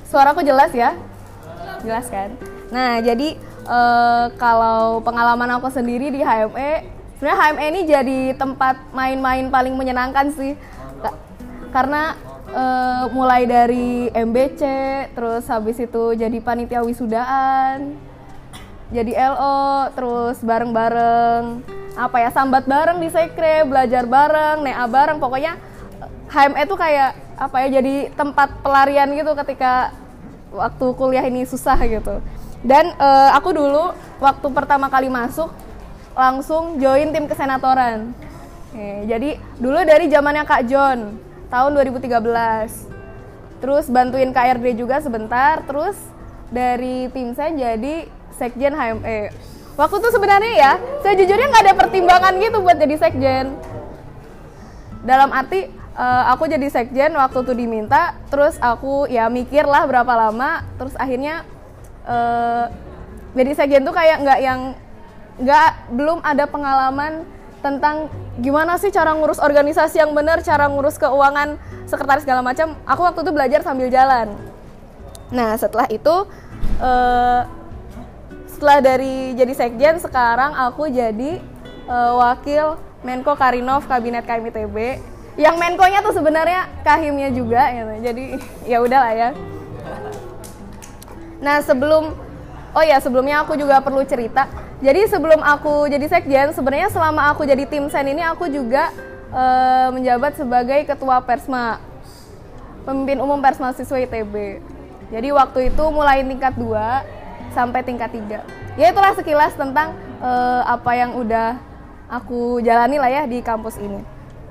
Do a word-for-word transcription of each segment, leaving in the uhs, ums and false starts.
Suaraku jelas ya? Jelas kan? Nah, jadi uh, kalau pengalaman aku sendiri di H M E, sebenarnya H M E ini jadi tempat main-main paling menyenangkan sih. Ka- karena uh, mulai dari M B C, terus habis itu jadi panitia wisudaan, jadi L O, terus bareng-bareng, apa ya, sambat bareng di sekre, belajar bareng, nea bareng, pokoknya H M E tuh kayak apa ya, jadi tempat pelarian gitu ketika waktu kuliah ini susah gitu. Dan uh, aku dulu waktu pertama kali masuk langsung join tim kesenatoran. Oke, jadi dulu dari zamannya Kak John tahun dua ribu tiga belas. Terus bantuin K R D juga sebentar, terus dari tim saya jadi sekjen H M E. Waktu itu sebenarnya ya, saya jujurnya nggak ada pertimbangan gitu buat jadi sekjen. Dalam arti uh, aku jadi sekjen waktu itu diminta, terus aku ya mikir lah berapa lama, terus akhirnya uh, jadi sekjen tuh kayak nggak yang nggak belum ada pengalaman tentang gimana sih cara ngurus organisasi yang benar, cara ngurus keuangan, sekretaris segala macam. Aku waktu itu belajar sambil jalan. Nah setelah itu uh, setelah dari jadi sekjen, sekarang aku jadi uh, wakil Menko Karinov Kabinet K M I T B. Yang Menkonya tuh sebenarnya Kahimnya juga gitu. Jadi ya udahlah ya. Nah, sebelum oh ya, sebelumnya aku juga perlu cerita. Jadi sebelum aku jadi sekjen, sebenarnya selama aku jadi tim sen ini aku juga uh, menjabat sebagai ketua Persma. Pemimpin umum Persma Siswa I T B. Jadi waktu itu mulai tingkat dua sampai tingkat tiga. Ya itulah sekilas tentang uh, apa yang udah aku jalani lah ya di kampus ini.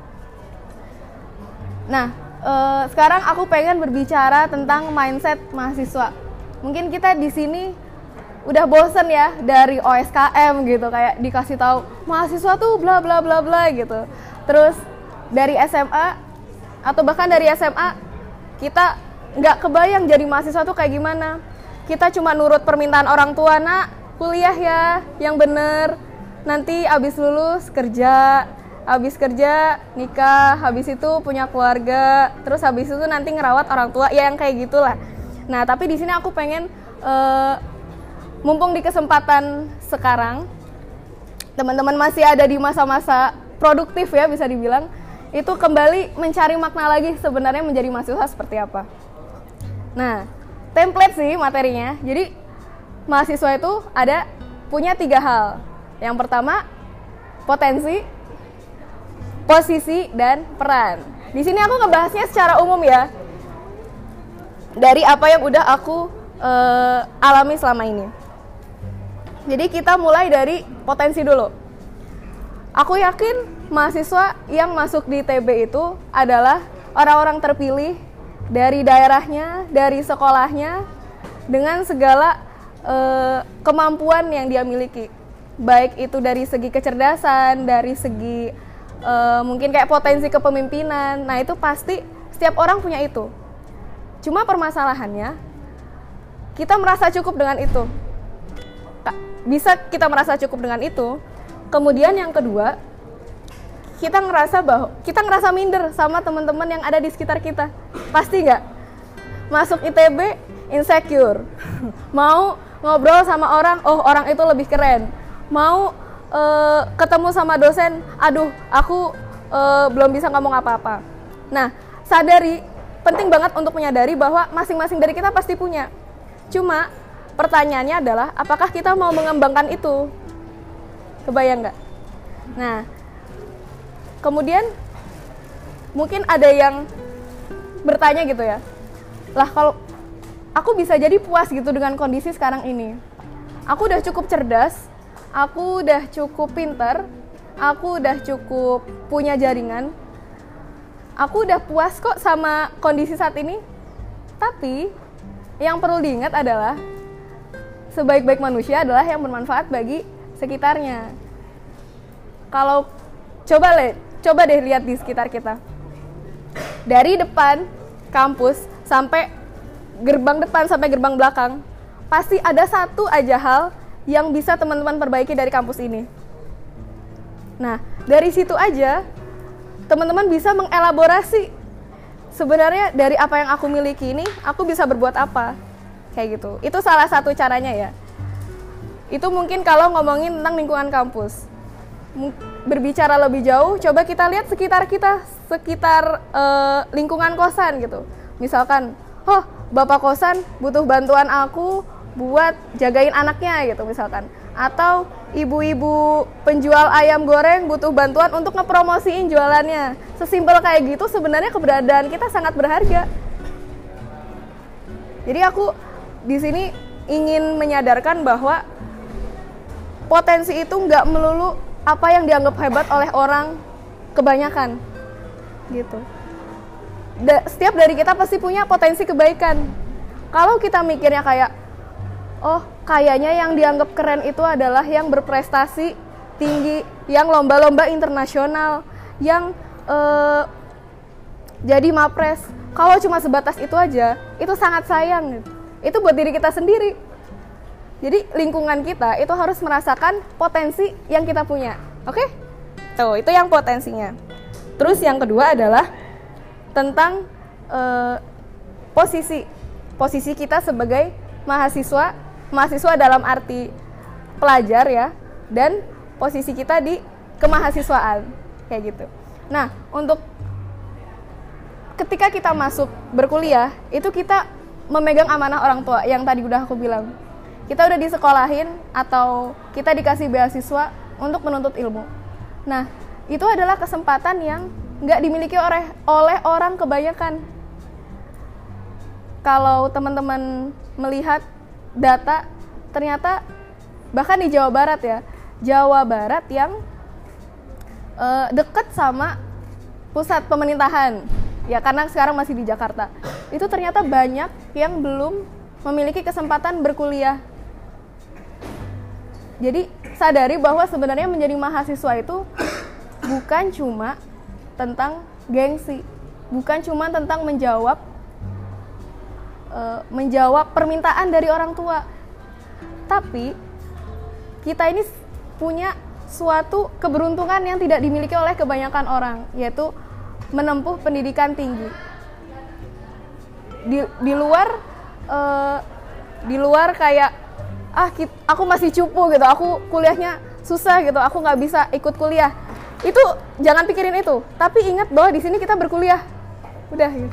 Nah, uh, sekarang aku pengen berbicara tentang mindset mahasiswa. Mungkin kita di sini udah bosen ya dari O S K M gitu, kayak dikasih tahu mahasiswa tuh bla bla bla bla gitu. Terus dari S M A atau bahkan dari S M A kita nggak kebayang jadi mahasiswa tuh kayak gimana. Kita cuma nurut permintaan orang tua, nak kuliah ya yang bener, nanti abis lulus kerja, abis kerja nikah, habis itu punya keluarga, terus habis itu nanti ngerawat orang tua, ya yang kayak gitulah. Nah tapi di sini aku pengen uh, mumpung di kesempatan sekarang teman-teman masih ada di masa-masa produktif ya bisa dibilang, itu kembali mencari makna lagi sebenarnya menjadi mahasiswa seperti apa. Nah template sih materinya. Jadi mahasiswa itu ada punya tiga hal. Yang pertama potensi, posisi, dan peran. Di sini aku ngebahasnya secara umum ya, dari apa yang udah aku uh, alami selama ini. Jadi kita mulai dari potensi dulu. Aku yakin mahasiswa yang masuk di T B itu adalah orang-orang terpilih dari daerahnya, dari sekolahnya, dengan segala uh, kemampuan yang dia miliki. Baik itu dari segi kecerdasan, dari segi uh, mungkin kayak potensi kepemimpinan. Nah itu pasti setiap orang punya itu. Cuma permasalahannya, kita merasa cukup dengan itu. Bisa kita merasa cukup dengan itu. Kemudian yang kedua, kita ngerasa bahwa kita ngerasa minder sama teman-teman yang ada di sekitar kita. Pasti nggak? Masuk I T B insecure. Mau ngobrol sama orang, oh orang itu lebih keren. Mau uh, ketemu sama dosen, aduh aku uh, belum bisa ngomong apa-apa. Nah, sadari, penting banget untuk menyadari bahwa masing-masing dari kita pasti punya. Cuma pertanyaannya adalah apakah kita mau mengembangkan itu? Kebayang nggak? Nah, kemudian mungkin ada yang bertanya gitu ya, lah kalau aku bisa jadi puas gitu dengan kondisi sekarang ini. Aku udah cukup cerdas, aku udah cukup pinter, aku udah cukup punya jaringan, aku udah puas kok sama kondisi saat ini. Tapi yang perlu diingat adalah sebaik-baik manusia adalah yang bermanfaat bagi sekitarnya. Kalau coba le, coba deh lihat di sekitar kita. Dari depan kampus sampai gerbang depan sampai gerbang belakang, pasti ada satu aja hal yang bisa teman-teman perbaiki dari kampus ini. Nah, dari situ aja teman-teman bisa mengelaborasi sebenarnya dari apa yang aku miliki ini aku bisa berbuat apa, kayak gitu. Itu salah satu caranya ya. Itu mungkin kalau ngomongin tentang lingkungan kampus. Berbicara lebih jauh, coba kita lihat sekitar kita, sekitar uh, lingkungan kosan gitu. Misalkan, oh bapak kosan butuh bantuan aku buat jagain anaknya gitu misalkan. Atau ibu-ibu penjual ayam goreng butuh bantuan untuk ngepromosiin jualannya. Sesimpel kayak gitu sebenarnya keberadaan kita sangat berharga. Jadi aku di sini ingin menyadarkan bahwa potensi itu nggak melulu apa yang dianggap hebat oleh orang kebanyakan gitu. Da, setiap dari kita pasti punya potensi kebaikan. Kalau kita mikirnya kayak, oh kayaknya yang dianggap keren itu adalah yang berprestasi tinggi, yang lomba-lomba internasional, yang uh, jadi mapres. Kalau cuma sebatas itu aja, itu sangat sayang gitu. Itu buat diri kita sendiri. Jadi lingkungan kita itu harus merasakan potensi yang kita punya. Oke? Tuh, itu yang potensinya. Terus yang kedua adalah tentang uh, posisi. Posisi kita sebagai mahasiswa, mahasiswa dalam arti pelajar ya, dan posisi kita di kemahasiswaan, kayak gitu. Nah, untuk ketika kita masuk berkuliah, itu kita memegang amanah orang tua yang tadi udah aku bilang. Kita udah disekolahin atau kita dikasih beasiswa untuk menuntut ilmu. Nah, itu adalah kesempatan yang nggak dimiliki oleh, oleh orang kebanyakan. Kalau teman-teman melihat data, ternyata bahkan di Jawa Barat ya, Jawa Barat yang uh, dekat sama pusat pemerintahan, ya karena sekarang masih di Jakarta, itu ternyata banyak yang belum memiliki kesempatan berkuliah. Jadi sadari bahwa sebenarnya menjadi mahasiswa itu bukan cuma tentang gengsi, bukan cuma tentang menjawab uh, menjawab permintaan dari orang tua, tapi kita ini punya suatu keberuntungan yang tidak dimiliki oleh kebanyakan orang, yaitu menempuh pendidikan tinggi. Di, di luar uh, di luar kayak ah kita, aku masih cupu gitu, aku kuliahnya susah gitu, aku nggak bisa ikut kuliah. Itu jangan pikirin itu, tapi ingat bahwa di sini kita berkuliah. Udah gitu.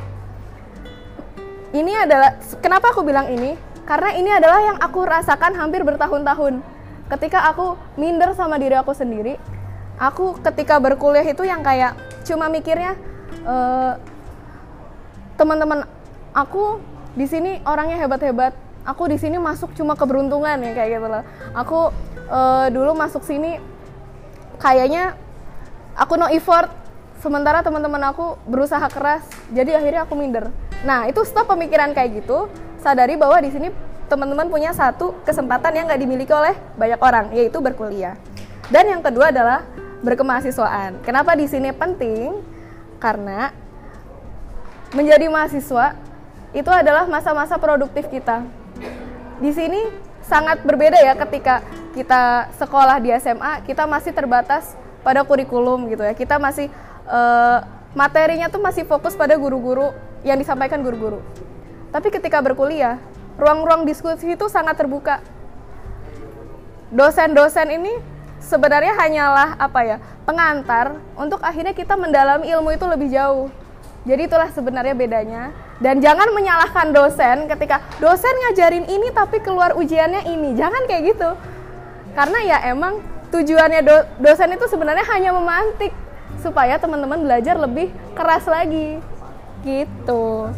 Ini adalah kenapa aku bilang ini? Karena ini adalah yang aku rasakan hampir bertahun-tahun. Ketika aku minder sama diri aku sendiri, aku ketika berkuliah itu yang kayak cuma mikirnya uh, teman-teman aku di sini orangnya hebat-hebat. Aku di sini masuk cuma keberuntungan ya kayak gitu loh. Aku uh, dulu masuk sini kayaknya aku no effort, sementara teman-teman aku berusaha keras. Jadi akhirnya aku minder. Nah, itu stop pemikiran kayak gitu. Sadari bahwa di sini teman-teman punya satu kesempatan yang nggak dimiliki oleh banyak orang, yaitu berkuliah. Dan yang kedua adalah berkemahasiswaan. Kenapa di sini penting? Karena menjadi mahasiswa itu adalah masa-masa produktif kita. Di sini sangat berbeda ya ketika kita sekolah di S M A, kita masih terbatas pada kurikulum gitu ya. Kita masih uh, materinya tuh masih fokus pada guru-guru yang disampaikan guru-guru. Tapi ketika berkuliah, ruang-ruang diskusi itu sangat terbuka. Dosen-dosen ini sebenarnya hanyalah apa ya, pengantar untuk akhirnya kita mendalami ilmu itu lebih jauh. Jadi itulah sebenarnya bedanya. Dan jangan menyalahkan dosen ketika dosen ngajarin ini tapi keluar ujiannya ini. Jangan kayak gitu. Karena ya emang tujuannya do- dosen itu sebenarnya hanya memantik supaya teman-teman belajar lebih keras lagi. Gitu.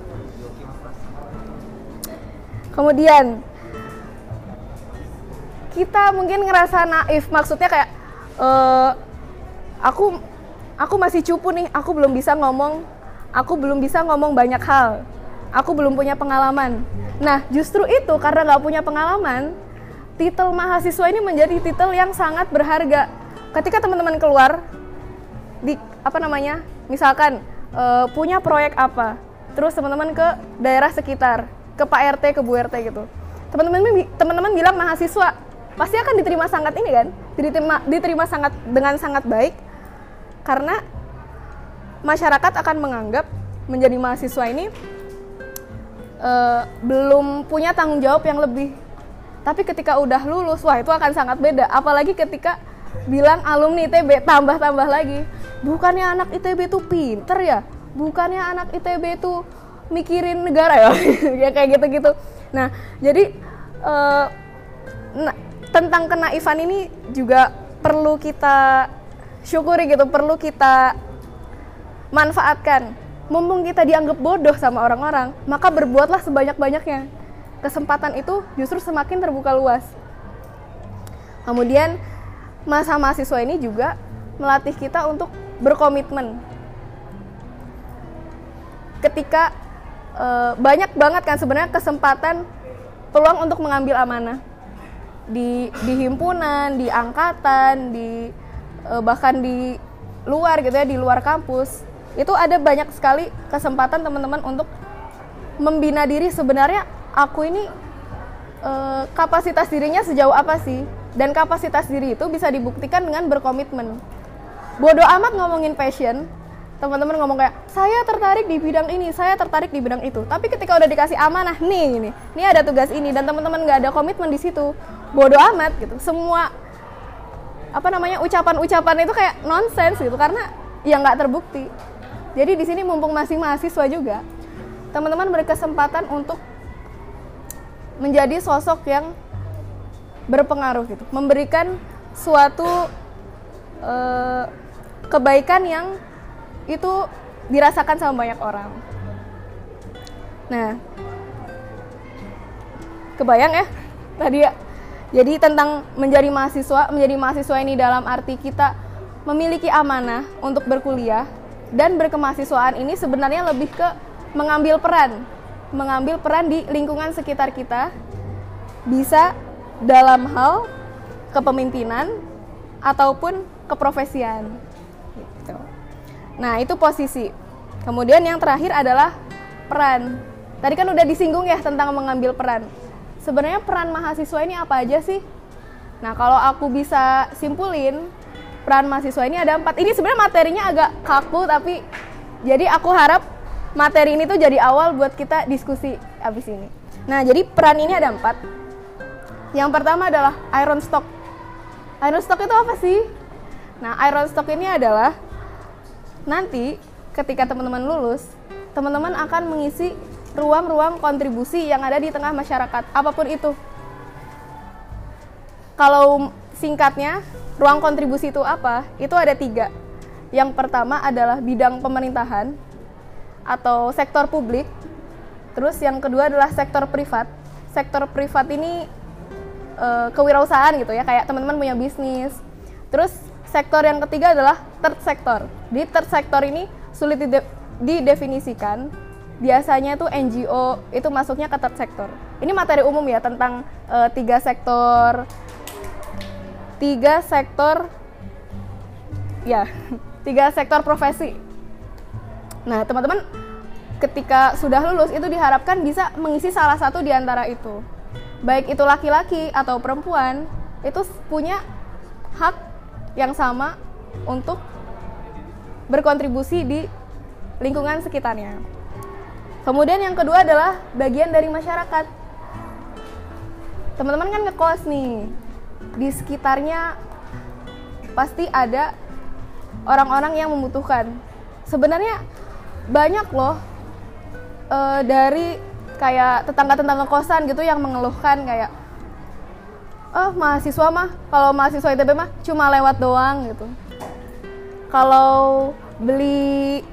Kemudian kita mungkin ngerasa naif, maksudnya kayak uh, aku aku masih cupu nih, aku belum bisa ngomong Aku belum bisa ngomong banyak hal. Aku belum punya pengalaman. Nah, justru itu karena nggak punya pengalaman, titel mahasiswa ini menjadi titel yang sangat berharga. Ketika teman-teman keluar di apa namanya, misalkan e, punya proyek apa, terus teman-teman ke daerah sekitar, ke Pak R T, ke Bu R T gitu. Teman-teman teman-teman bilang mahasiswa, pasti akan diterima sangat ini kan, diterima diterima sangat dengan sangat baik, karena masyarakat akan menganggap menjadi mahasiswa ini uh, belum punya tanggung jawab yang lebih. Tapi ketika udah lulus, wah itu akan sangat beda. Apalagi ketika bilang alumni I T B, tambah-tambah lagi. Bukannya anak I T B itu pinter ya? Bukannya anak I T B itu mikirin negara ya? Ya kayak gitu-gitu. Nah, jadi uh, nah, tentang kenaifan ini juga perlu kita syukuri gitu, perlu kita manfaatkan. Mumpung kita dianggap bodoh sama orang-orang, maka berbuatlah sebanyak-banyaknya. Kesempatan itu justru semakin terbuka luas. Kemudian masa mahasiswa ini juga melatih kita untuk berkomitmen. Ketika e, banyak banget kan sebenarnya kesempatan, peluang untuk mengambil amanah di di himpunan, di angkatan, di e, bahkan di luar gitu ya, di luar kampus. Itu ada banyak sekali kesempatan teman-teman untuk membina diri. Sebenarnya aku ini e, kapasitas dirinya sejauh apa sih? Dan kapasitas diri itu bisa dibuktikan dengan berkomitmen. Bodoh amat ngomongin passion, teman-teman ngomong kayak saya tertarik di bidang ini, saya tertarik di bidang itu. Tapi ketika udah dikasih amanah nih, ini, nih ada tugas ini, dan teman-teman nggak ada komitmen di situ, bodoh amat gitu. Semua apa namanya ucapan-ucapan itu kayak nonsens gitu, karena ya nggak terbukti. Jadi di sini mumpung masih mahasiswa juga, teman-teman berkesempatan untuk menjadi sosok yang berpengaruh gitu, memberikan suatu uh, kebaikan yang itu dirasakan sama banyak orang. Nah, kebayang ya tadi ya. Jadi tentang menjadi mahasiswa, menjadi mahasiswa ini dalam arti kita memiliki amanah untuk berkuliah, dan berkemahasiswaan ini sebenarnya lebih ke mengambil peran, mengambil peran di lingkungan sekitar kita, bisa dalam hal kepemimpinan ataupun keprofesian. Gitu. Nah, itu posisi. Kemudian yang terakhir adalah peran. Tadi kan udah disinggung ya tentang mengambil peran. Sebenarnya peran mahasiswa ini apa aja sih? Nah, kalau aku bisa simpulin, peran mahasiswa ini ada empat. Ini sebenarnya materinya agak kaku, tapi jadi aku harap materi ini tuh jadi awal buat kita diskusi abis ini. Nah, jadi peran ini ada empat. Yang pertama adalah iron stock. Iron stock itu apa sih? Nah, iron stock ini adalah nanti ketika teman-teman lulus, teman-teman akan mengisi ruang-ruang kontribusi yang ada di tengah masyarakat, apapun itu. Kalau singkatnya, ruang kontribusi itu apa? Itu ada tiga. Yang pertama adalah bidang pemerintahan atau sektor publik. Terus yang kedua adalah sektor privat. Sektor privat ini e, kewirausahaan gitu ya, kayak teman-teman punya bisnis. Terus sektor yang ketiga adalah third sector. Di third sector ini sulit dide- didefinisikan. Biasanya tuh N G O itu masuknya ke third sector. Ini materi umum ya tentang e, tiga sektor, tiga sektor, ya, tiga sektor profesi. Nah, teman-teman ketika sudah lulus itu diharapkan bisa mengisi salah satu di antara itu. Baik itu laki-laki atau perempuan, itu punya hak yang sama untuk berkontribusi di lingkungan sekitarnya. Kemudian yang kedua adalah bagian dari masyarakat. Teman-teman kan ngekos nih, di sekitarnya pasti ada orang-orang yang membutuhkan. Sebenarnya banyak loh e, dari kayak tetangga-tetangga kosan gitu yang mengeluhkan kayak, oh mahasiswa mah, kalau mahasiswa I T B mah cuma lewat doang gitu. Kalau beli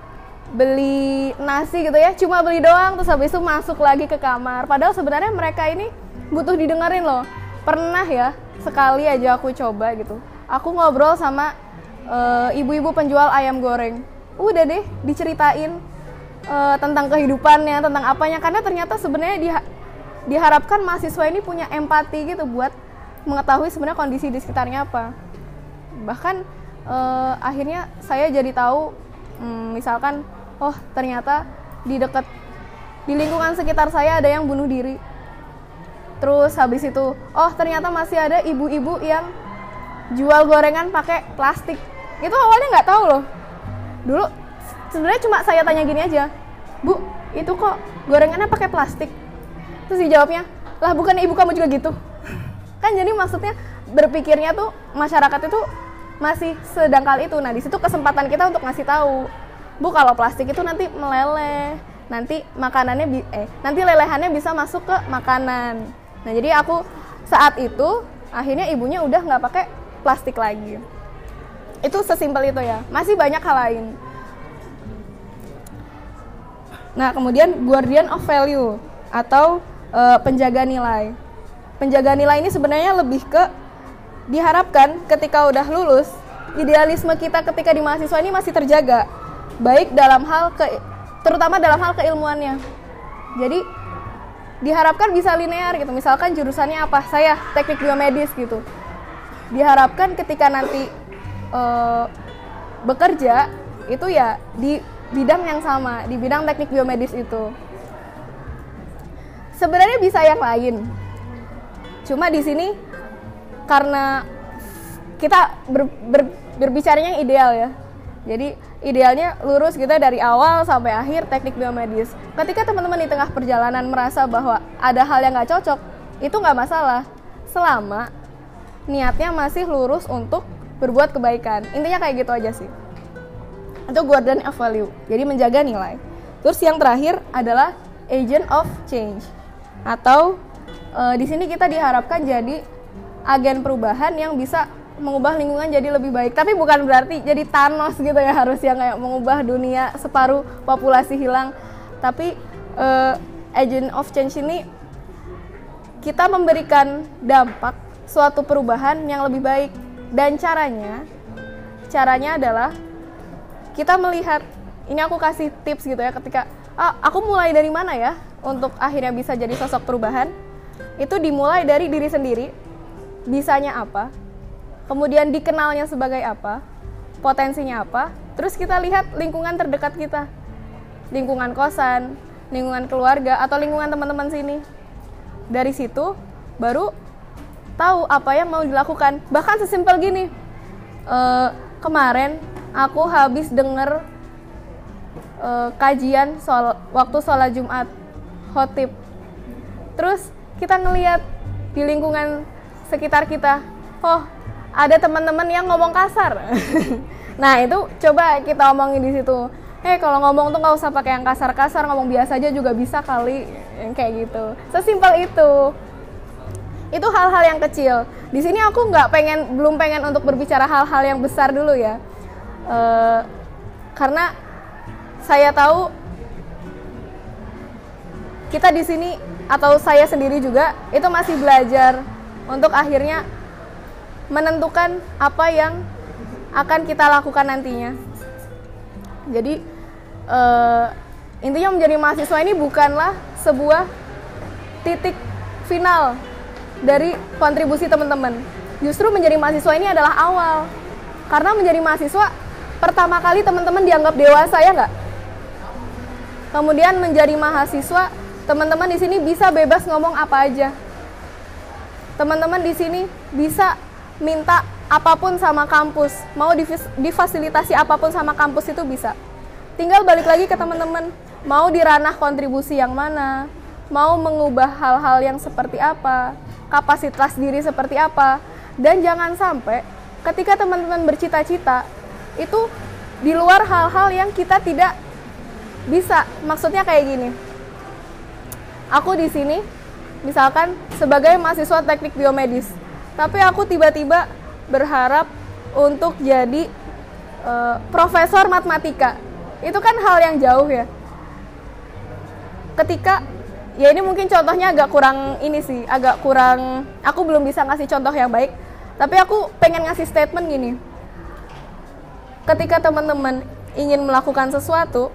beli nasi gitu ya, cuma beli doang, terus habis itu masuk lagi ke kamar. Padahal sebenarnya mereka ini butuh didengerin loh. Pernah ya, sekali aja aku coba gitu, aku ngobrol sama e, ibu-ibu penjual ayam goreng. Udah deh, diceritain e, tentang kehidupannya, tentang apanya. Karena ternyata sebenarnya diha- diharapkan mahasiswa ini punya empati gitu buat mengetahui sebenarnya kondisi di sekitarnya apa. Bahkan e, akhirnya saya jadi tahu, hmm, misalkan, oh ternyata di dekat di lingkungan sekitar saya ada yang bunuh diri. Terus habis itu, oh ternyata masih ada ibu-ibu yang jual gorengan pakai plastik. Itu awalnya nggak tahu loh. Dulu Sebenarnya cuma saya tanya gini aja, Bu, itu kok gorengannya pakai plastik? Terus dijawabnya, lah bukannya ibu kamu juga gitu? Kan jadi maksudnya berpikirnya tuh masyarakat itu masih sedangkal itu. Nah di situ kesempatan kita untuk ngasih tahu, Bu, kalau plastik itu nanti meleleh, nanti makanannya bi- eh nanti lelehannya bisa masuk ke makanan. Nah jadi aku saat itu akhirnya ibunya udah nggak pakai plastik lagi. Itu sesimpel itu ya. Masih banyak hal lain. Nah kemudian guardian of value atau e, penjaga nilai. Penjaga nilai ini sebenarnya lebih ke diharapkan ketika udah lulus, idealisme kita ketika di mahasiswa ini masih terjaga, baik dalam hal ke, terutama dalam hal keilmuannya. Jadi diharapkan bisa linear gitu. Misalkan jurusannya apa? Saya teknik biomedis gitu. Diharapkan ketika nanti e, bekerja itu ya di bidang yang sama, di bidang teknik biomedis itu. Sebenarnya bisa yang lain. Cuma di sini karena kita ber, ber, berbicaranya yang ideal ya. Jadi idealnya lurus kita dari awal sampai akhir teknik biomedis. Ketika teman-teman di tengah perjalanan merasa bahwa ada hal yang nggak cocok, itu nggak masalah. Selama niatnya masih lurus untuk berbuat kebaikan. Intinya kayak gitu aja sih. Itu guardian of value, jadi menjaga nilai. Terus yang terakhir adalah agent of change, atau e, di sini kita diharapkan jadi agen perubahan yang bisa mengubah lingkungan jadi lebih baik. Tapi bukan berarti jadi Thanos gitu ya, harus yang kayak mengubah dunia separuh populasi hilang. Tapi e, agent of change ini kita memberikan dampak suatu perubahan yang lebih baik. Dan caranya, caranya adalah kita melihat, ini aku kasih tips gitu ya, ketika ah, aku mulai dari mana ya untuk akhirnya bisa jadi sosok perubahan. Itu dimulai dari diri sendiri, bisanya apa, kemudian dikenalnya sebagai apa, potensinya apa, terus kita lihat lingkungan terdekat kita, lingkungan kosan, lingkungan keluarga, atau lingkungan teman-teman sini. Dari situ baru tahu apa yang mau dilakukan. Bahkan sesimpel gini, e, kemarin aku habis denger uh, kajian soal waktu sholat Jumat khotib. Terus kita ngelihat di lingkungan sekitar kita, oh ada teman-teman yang ngomong kasar. Nah itu coba kita omongin di situ. Eh hey, kalau ngomong tuh nggak usah pakai yang kasar-kasar, ngomong biasa aja juga bisa kali, yang kayak gitu. Sesimpel itu. Itu hal-hal yang kecil. Di sini aku nggak pengen, belum pengen untuk berbicara hal-hal yang besar dulu ya. Uh, karena saya tahu kita di sini atau saya sendiri juga itu masih belajar untuk akhirnya menentukan apa yang akan kita lakukan nantinya. Jadi uh, intinya menjadi mahasiswa ini bukanlah sebuah titik final dari kontribusi teman-teman. Justru menjadi mahasiswa ini adalah awal. Karena menjadi mahasiswa pertama kali teman-teman dianggap dewasa ya nggak? Kemudian menjadi mahasiswa, teman-teman di sini bisa bebas ngomong apa aja. Teman-teman di sini bisa minta apapun sama kampus, mau difasilitasi apapun sama kampus itu bisa. Tinggal balik lagi ke teman-teman, mau di ranah kontribusi yang mana, mau mengubah hal-hal yang seperti apa, kapasitas diri seperti apa, dan jangan sampai ketika teman-teman bercita-cita itu di luar hal-hal yang kita tidak bisa. Maksudnya kayak gini. Aku di sini misalkan sebagai mahasiswa teknik biomedis, tapi aku tiba-tiba berharap untuk jadi uh, profesor matematika. Itu kan hal yang jauh ya. Ketika ya ini mungkin contohnya agak kurang ini sih, agak kurang, aku belum bisa ngasih contoh yang baik, tapi aku pengen ngasih statement gini. Ketika teman-teman ingin melakukan sesuatu,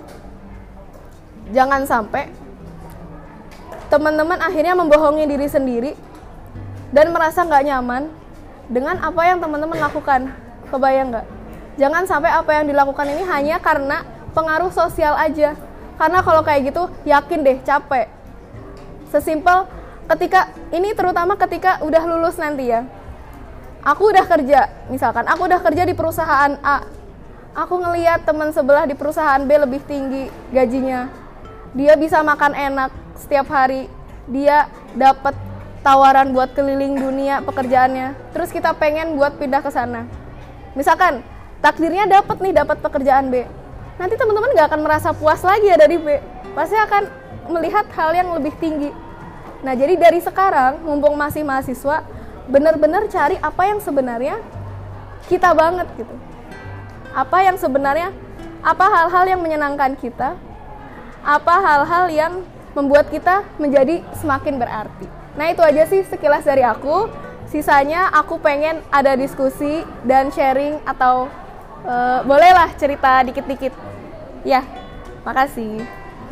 jangan sampai teman-teman akhirnya membohongi diri sendiri dan merasa nggak nyaman dengan apa yang teman-teman lakukan. Kebayang nggak? Jangan sampai apa yang dilakukan ini hanya karena pengaruh sosial aja. Karena kalau kayak gitu, yakin deh capek. Sesimpel ketika, ini terutama ketika udah lulus nanti ya. Aku udah kerja, misalkan aku udah kerja di perusahaan A. Aku ngeliat teman sebelah di perusahaan B lebih tinggi gajinya. Dia bisa makan enak setiap hari. Dia dapat tawaran buat keliling dunia pekerjaannya. Terus kita pengen buat pindah ke sana. Misalkan takdirnya dapat nih, dapat pekerjaan B. Nanti teman-teman nggak akan merasa puas lagi ya dari B. Pasti akan melihat hal yang lebih tinggi. Nah, jadi dari sekarang, mumpung masih mahasiswa, benar-benar cari apa yang sebenarnya kita banget gitu. Apa yang sebenarnya, apa hal-hal yang menyenangkan kita, apa hal-hal yang membuat kita menjadi semakin berarti. Nah, itu aja sih sekilas dari aku. Sisanya aku pengen ada diskusi dan sharing atau uh, bolehlah cerita dikit-dikit. Ya, makasih.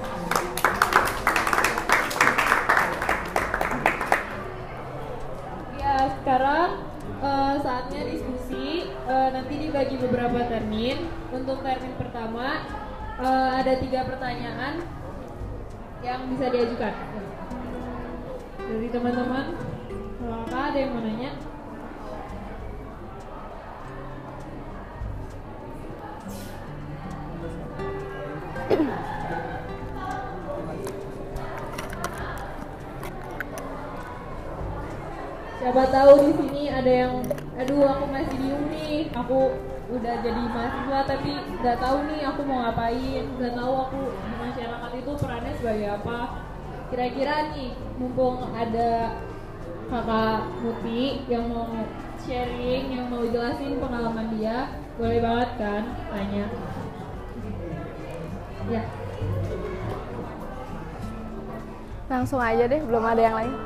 Ya, sekarang uh, saatnya diskusi. Uh, nanti dibagi beberapa termin. Untuk termin pertama uh, ada tiga pertanyaan yang bisa diajukan dari teman-teman. Kalau kakak ada yang mau nanya? Siapa tahu di sini ada yang, aduh aku masih bingung nih, aku udah jadi mahasiswa tapi nggak tahu nih aku mau ngapain, nggak tahu aku di masyarakat itu perannya sebagai apa. Kira-kira nih, mumpung ada kakak Muti yang mau sharing, yang mau jelasin pengalaman dia, boleh banget kan tanya. Ya. Langsung aja deh, belum ada yang lain.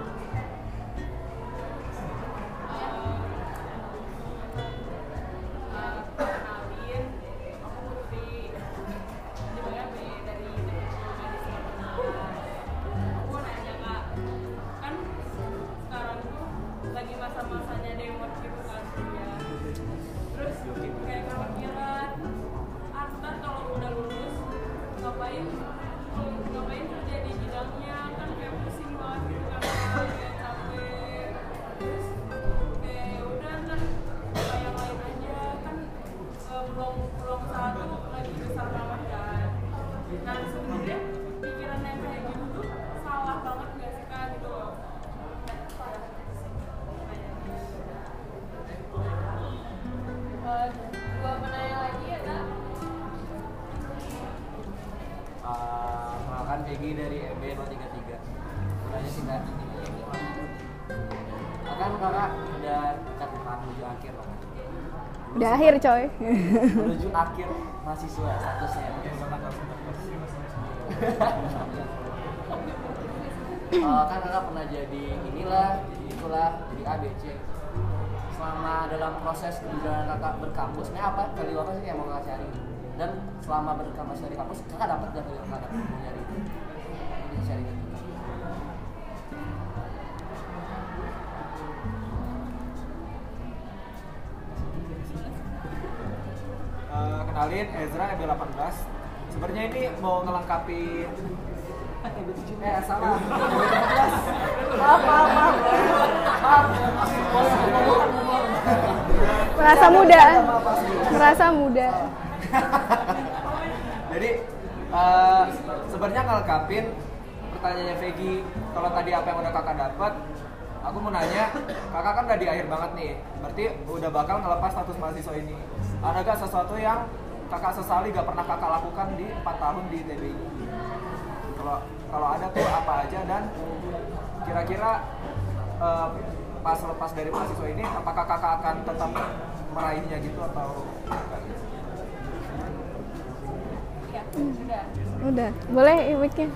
Peggy dari E B nol tiga tiga. Kurangnya sih Kak. Kan kakak udah catatan menuju akhir loh. Udah akhir coy. Menuju akhir mahasiswa statusnya. uh, kan kakak pernah jadi inilah, jadi itulah, jadi A B C. Selama dalam proses perjalanan kakak berkampus, ini apa value apa sih yang mau kakak cari? Dan selama berkampus dari kampus, kakak dapat gak value yang kakak mau nyari itu? Ini cari gitu. Uh, kenalin Ezra E B delapan belas. Sebenarnya ini mau ngelengkapi eh salah. Maaf, maaf, maaf. Maaf. Merasa muda. Merasa muda. Jadi uh, sebenarnya ngelengkapin pertanyaannya Vegi. Kalau tadi apa yang udah kakak dapat, aku mau nanya, kakak kan udah di akhir banget nih. Berarti udah bakal ngelepas status mahasiswa ini. Ada gak sesuatu yang kakak sesali gak pernah kakak lakukan di empat tahun di I T B ini? Kalau kalau ada tuh apa aja, dan kira-kira uh, pas lepas dari mahasiswa ini apakah kakak akan tetap meraihnya gitu atau Ya, sudah. Udah, boleh mic-nya.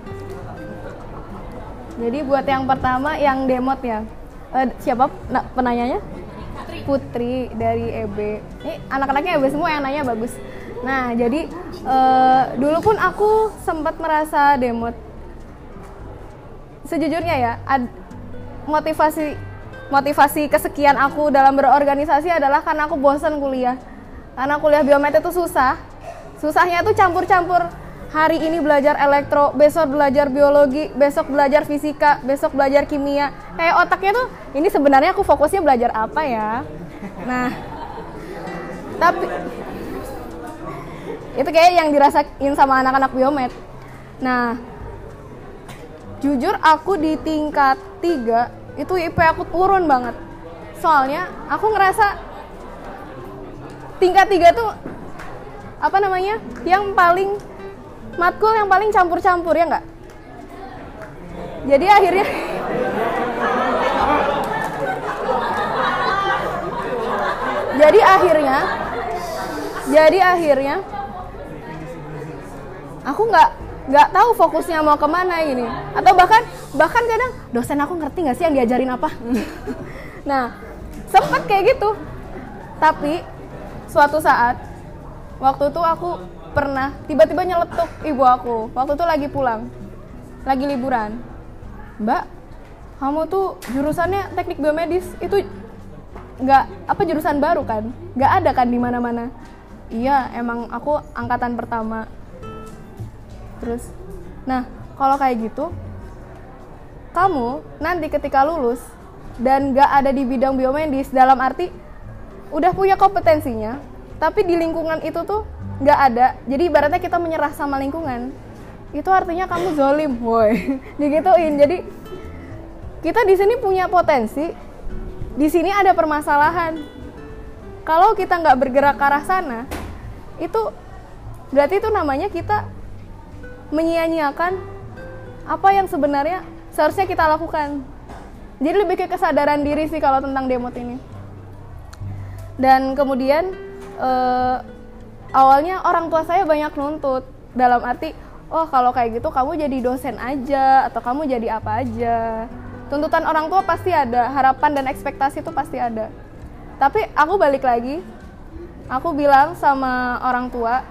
Jadi buat yang pertama yang demot ya. Uh, siapa nah, penanyanya? Putri dari E B. Ini anak-anaknya E B semua yang nanya bagus. Nah, jadi uh, dulu pun aku sempat merasa demot. Sejujurnya ya, ad, motivasi motivasi kesekian aku dalam berorganisasi adalah karena aku bosan kuliah. Karena kuliah biomed itu susah. Susahnya tuh campur-campur. Hari ini belajar elektro, besok belajar biologi, besok belajar fisika, besok belajar kimia. Kayak otaknya tuh, ini sebenarnya aku fokusnya belajar apa ya? Nah, tapi Itu kayak yang dirasain sama anak-anak biomed. Nah, jujur aku di tingkat tiga itu I P aku turun banget. Soalnya aku ngerasa tingkat tiga tuh apa namanya? Yang paling matkul yang paling campur-campur ya nggak? Jadi akhirnya Jadi akhirnya Jadi akhirnya aku nggak nggak tahu fokusnya mau kemana ini, atau bahkan bahkan kadang dosen aku ngerti nggak sih yang diajarin apa. Nah, sempet kayak gitu. Tapi suatu saat waktu itu aku pernah tiba-tiba nyeletuk ibu aku. Waktu itu lagi pulang, lagi liburan. Mbak, kamu tuh jurusannya teknik biomedis, itu nggak apa jurusan baru kan? Nggak ada kan di mana-mana. Iya, emang aku angkatan pertama. Terus, nah kalau kayak gitu, kamu nanti ketika lulus dan gak ada di bidang biomedis, dalam arti udah punya kompetensinya, tapi di lingkungan itu tuh gak ada. Jadi ibaratnya kita menyerah sama lingkungan, itu artinya kamu zolim, woi, digituin. Jadi kita di sini punya potensi, di sini ada permasalahan. Kalau kita nggak bergerak ke arah sana, itu berarti itu namanya kita menyia-nyiakan apa yang sebenarnya seharusnya kita lakukan. Jadi lebih ke kesadaran diri sih kalau tentang demot ini. Dan kemudian eh, awalnya orang tua saya banyak nuntut, dalam arti, oh kalau kayak gitu kamu jadi dosen aja, atau kamu jadi apa aja. Tuntutan orang tua pasti ada, harapan dan ekspektasi itu pasti ada. Tapi aku balik lagi, aku bilang sama orang tua,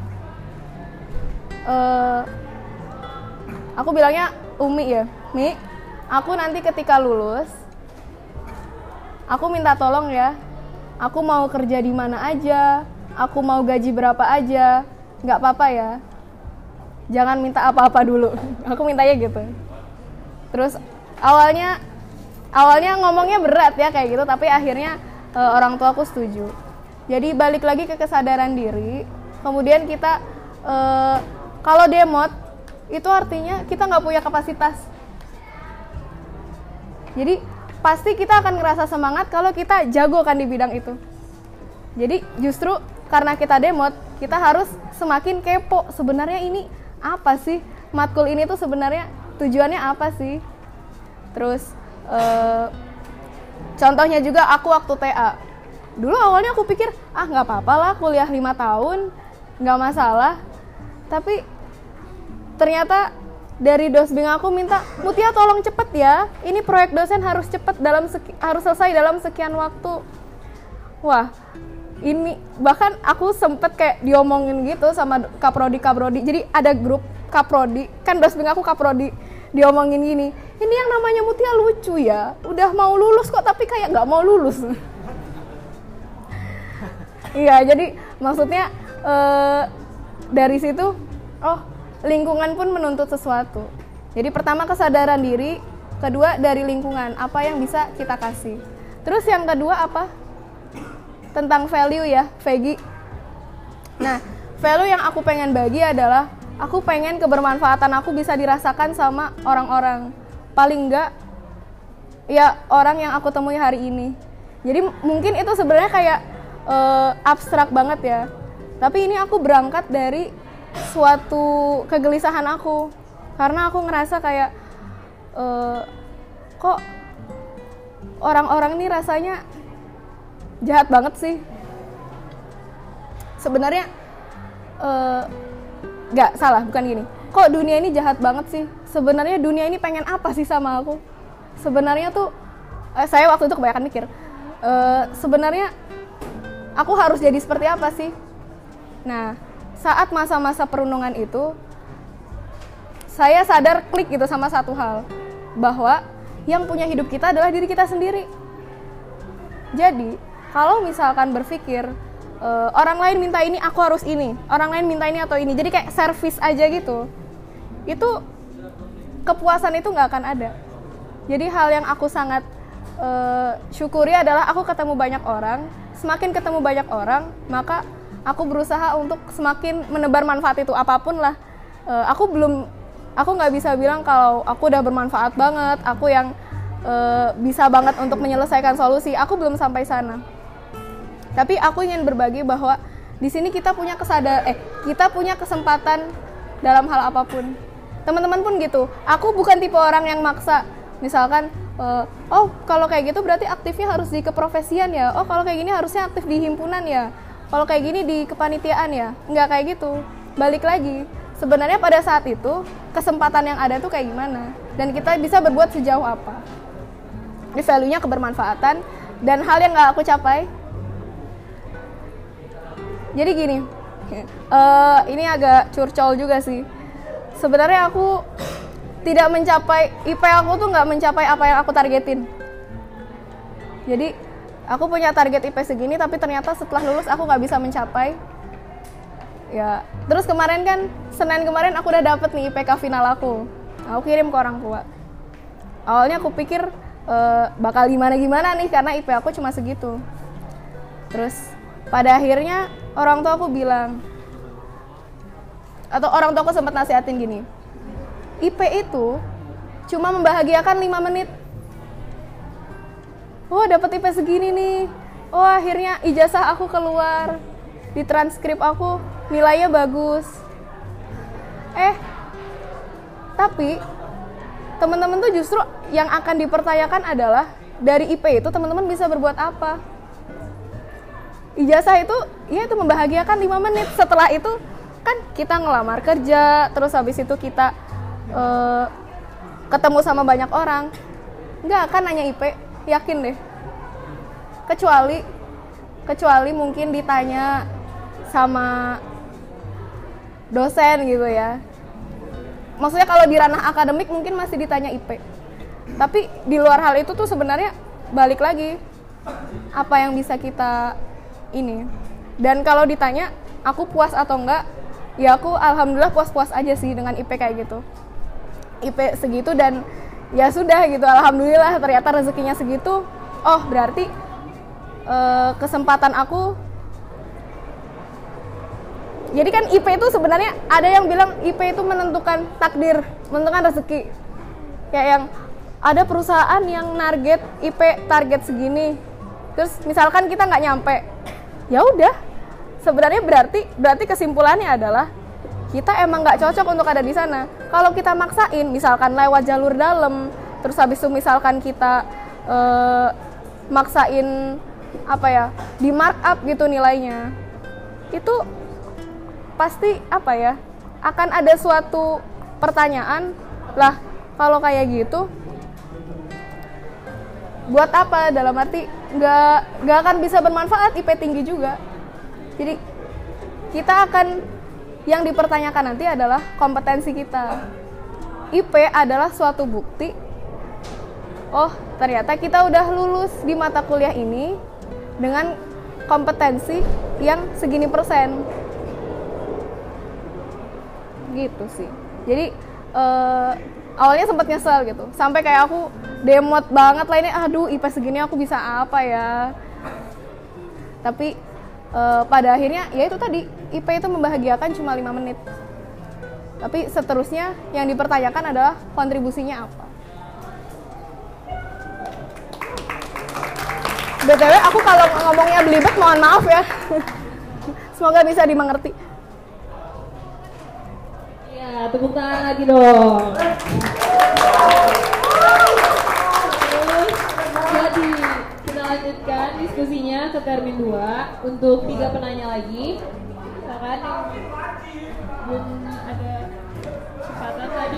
Uh, aku bilangnya Umi ya, Mi, aku nanti ketika lulus, aku minta tolong ya, aku mau kerja di mana aja, aku mau gaji berapa aja, nggak apa-apa ya, jangan minta apa-apa dulu. Aku mintanya gitu. Terus awalnya, awalnya ngomongnya berat ya kayak gitu, tapi akhirnya uh, orang tua aku setuju. Jadi balik lagi ke kesadaran diri, kemudian kita uh, kalau demot, itu artinya kita nggak punya kapasitas. Jadi pasti kita akan ngerasa semangat kalau kita jago kan di bidang itu. Jadi justru karena kita demot, kita harus semakin kepo. Sebenarnya ini apa sih? Matkul ini tuh sebenarnya tujuannya apa sih? Terus eh, contohnya juga aku waktu T A. Dulu awalnya aku pikir, ah nggak apa-apa lah kuliah lima tahun, nggak masalah. Tapi ternyata dari dosbing aku minta, Mutia tolong cepet ya, ini proyek dosen harus cepet dalam seki, harus selesai dalam sekian waktu. Wah, ini bahkan aku sempet kayak diomongin gitu sama kaprodi kaprodi. Jadi ada grup kaprodi, kan dosbing aku kaprodi, diomongin gini, ini yang namanya Mutia lucu ya, udah mau lulus kok tapi kayak nggak mau lulus. Iya, jadi maksudnya eh, dari situ, oh lingkungan pun menuntut sesuatu. Jadi pertama kesadaran diri, kedua dari lingkungan, apa yang bisa kita kasih. Terus yang kedua apa? Tentang value ya, Vegi. Nah, value yang aku pengen bagi adalah, aku pengen kebermanfaatan aku bisa dirasakan sama orang-orang. Paling enggak, ya orang yang aku temui hari ini. Jadi mungkin itu sebenarnya kayak uh, abstrak banget ya. Tapi ini aku berangkat dari suatu kegelisahan aku, karena aku ngerasa kayak e, kok orang-orang ini rasanya jahat banget sih. Sebenarnya e, nggak salah, bukan gini, kok dunia ini jahat banget sih. Sebenarnya dunia ini pengen apa sih sama aku? Sebenarnya tuh eh, saya waktu itu kebanyakan mikir, e, sebenarnya aku harus jadi seperti apa sih? Nah, saat masa-masa perundungan itu, saya sadar klik gitu sama satu hal, bahwa yang punya hidup kita adalah diri kita sendiri. Jadi, kalau misalkan berpikir, e, orang lain minta ini, aku harus ini, orang lain minta ini atau ini, jadi kayak servis aja gitu, itu kepuasan itu nggak akan ada. Jadi hal yang aku sangat e, syukuri adalah aku ketemu banyak orang, semakin ketemu banyak orang, maka aku berusaha untuk semakin menebar manfaat itu apapun lah. Uh, aku belum, aku nggak bisa bilang kalau aku udah bermanfaat banget, aku yang uh, bisa banget untuk menyelesaikan solusi. Aku belum sampai sana. Tapi aku ingin berbagi bahwa di sini kita punya kesadar, eh kita punya kesempatan dalam hal apapun. Teman-teman pun gitu. Aku bukan tipe orang yang maksa. Misalkan, uh, oh kalau kayak gitu berarti aktifnya harus di keprofesian ya. Oh kalau kayak gini harusnya aktif di himpunan ya. Kalau kayak gini di kepanitiaan ya. Nggak kayak gitu. Balik lagi. Sebenarnya pada saat itu kesempatan yang ada tuh kayak gimana. Dan kita bisa berbuat sejauh apa. Ini value-nya kebermanfaatan dan hal yang nggak aku capai. Jadi gini, uh, ini agak curcol juga sih. Sebenarnya aku tidak mencapai, I P aku tuh nggak mencapai apa yang aku targetin. Jadi aku punya target I P segini, tapi ternyata setelah lulus aku nggak bisa mencapai. Ya, terus kemarin kan Senin kemarin aku udah dapet nih I P K final aku. Aku kirim ke orang tua. Awalnya aku pikir uh, bakal gimana-gimana nih karena I P aku cuma segitu. Terus pada akhirnya orang tua aku bilang, atau orang tua aku sempat nasihatin gini, I P itu cuma membahagiakan lima menit. Oh dapat I P segini nih, oh akhirnya ijazah aku keluar, di transkrip aku nilainya bagus. Eh, tapi teman-teman tuh justru yang akan dipertanyakan adalah dari I P itu teman-teman bisa berbuat apa? Ijazah itu, ya itu membahagiakan lima menit. Setelah itu kan kita ngelamar kerja, terus habis itu kita uh, ketemu sama banyak orang. Nggak akan nanya I P, yakin deh. Kecuali, kecuali mungkin ditanya sama dosen gitu ya. Maksudnya kalau di ranah akademik mungkin masih ditanya I P. Tapi di luar hal itu tuh sebenarnya balik lagi, apa yang bisa kita ini. Dan kalau ditanya aku puas atau enggak, ya aku alhamdulillah puas-puas aja sih dengan I P kayak gitu. I P segitu dan ya sudah gitu, alhamdulillah ternyata rezekinya segitu. Oh berarti eh, kesempatan aku. Jadi kan I P itu sebenarnya ada yang bilang I P itu menentukan takdir, menentukan rezeki. Kayak yang ada perusahaan yang target I P target segini, terus misalkan kita nggak nyampe, ya udah, sebenarnya berarti berarti kesimpulannya adalah kita emang nggak cocok untuk ada di sana. Kalau kita maksain, misalkan lewat jalur dalam, terus habis itu misalkan kita eh, maksain apa ya, di markup gitu nilainya, itu pasti apa ya, akan ada suatu pertanyaan lah. Kalau kayak gitu, buat apa? Dalam arti nggak nggak akan bisa bermanfaat I P tinggi juga. Jadi kita akan, yang dipertanyakan nanti adalah kompetensi kita. I P adalah suatu bukti, oh ternyata kita udah lulus di mata kuliah ini dengan kompetensi yang segini persen. Gitu sih. Jadi uh, awalnya sempat nyesel gitu, sampai kayak aku demot banget lah ini, aduh I P segini aku bisa apa ya. Tapi uh, pada akhirnya ya itu tadi, I P itu membahagiakan cuma lima menit. Tapi seterusnya yang dipertanyakan adalah kontribusinya apa. B T W aku kalau ngomongnya belibet mohon maaf ya. Semoga bisa dimengerti. Ya, tepuk tangan lagi dong. Terus, jadi kita lanjutkan diskusinya ke termin dua untuk tiga penanya lagi. Silakan yang belum ada kesempatan tadi.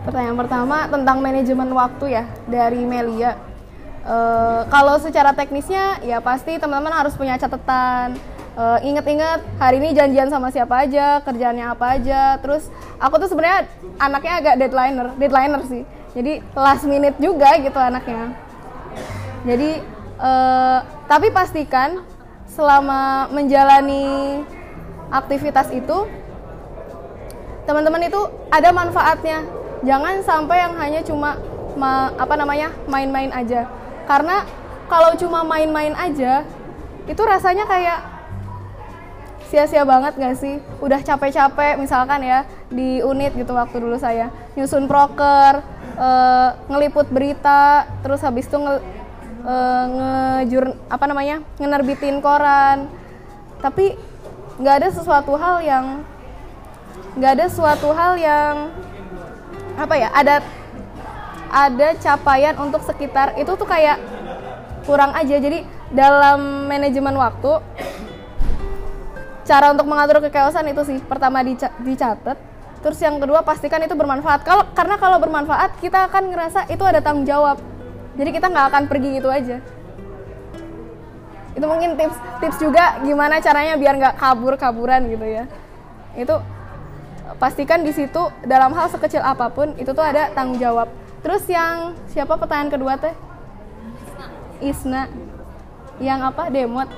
Pertanyaan pertama tentang manajemen waktu ya dari Melia. Uh, kalau secara teknisnya ya pasti teman-teman harus punya catatan. Uh, inget-inget hari ini janjian sama siapa aja, kerjaannya apa aja. Terus aku tuh sebenarnya anaknya agak deadlineer, deadlineer sih. Jadi last minute juga gitu anaknya. Jadi uh, tapi pastikan selama menjalani aktivitas itu teman-teman itu ada manfaatnya. Jangan sampai yang hanya cuma ma, apa namanya main-main aja. Karena kalau cuma main-main aja itu rasanya kayak sia-sia banget gak sih? Udah capek-capek misalkan ya di unit gitu waktu dulu saya nyusun proker, e, ngeliput berita, terus habis itu nge, e, ngejur apa namanya ngenerbitin koran. Tapi nggak ada sesuatu hal yang nggak ada suatu hal yang apa ya ada ada capaian untuk sekitar itu tuh kayak kurang aja. Jadi dalam manajemen waktu cara untuk mengatur kekeosan itu sih pertama dica- dicatat, terus yang kedua pastikan itu bermanfaat. Kalau karena kalau bermanfaat kita akan ngerasa itu ada tanggung jawab, jadi kita nggak akan pergi gitu aja. Itu mungkin tips tips juga gimana caranya biar nggak kabur-kaburan gitu ya. Itu pastikan di situ dalam hal sekecil apapun itu tuh ada tanggung jawab. Terus yang siapa pertanyaan kedua teh? Isna. Yang apa? Demot.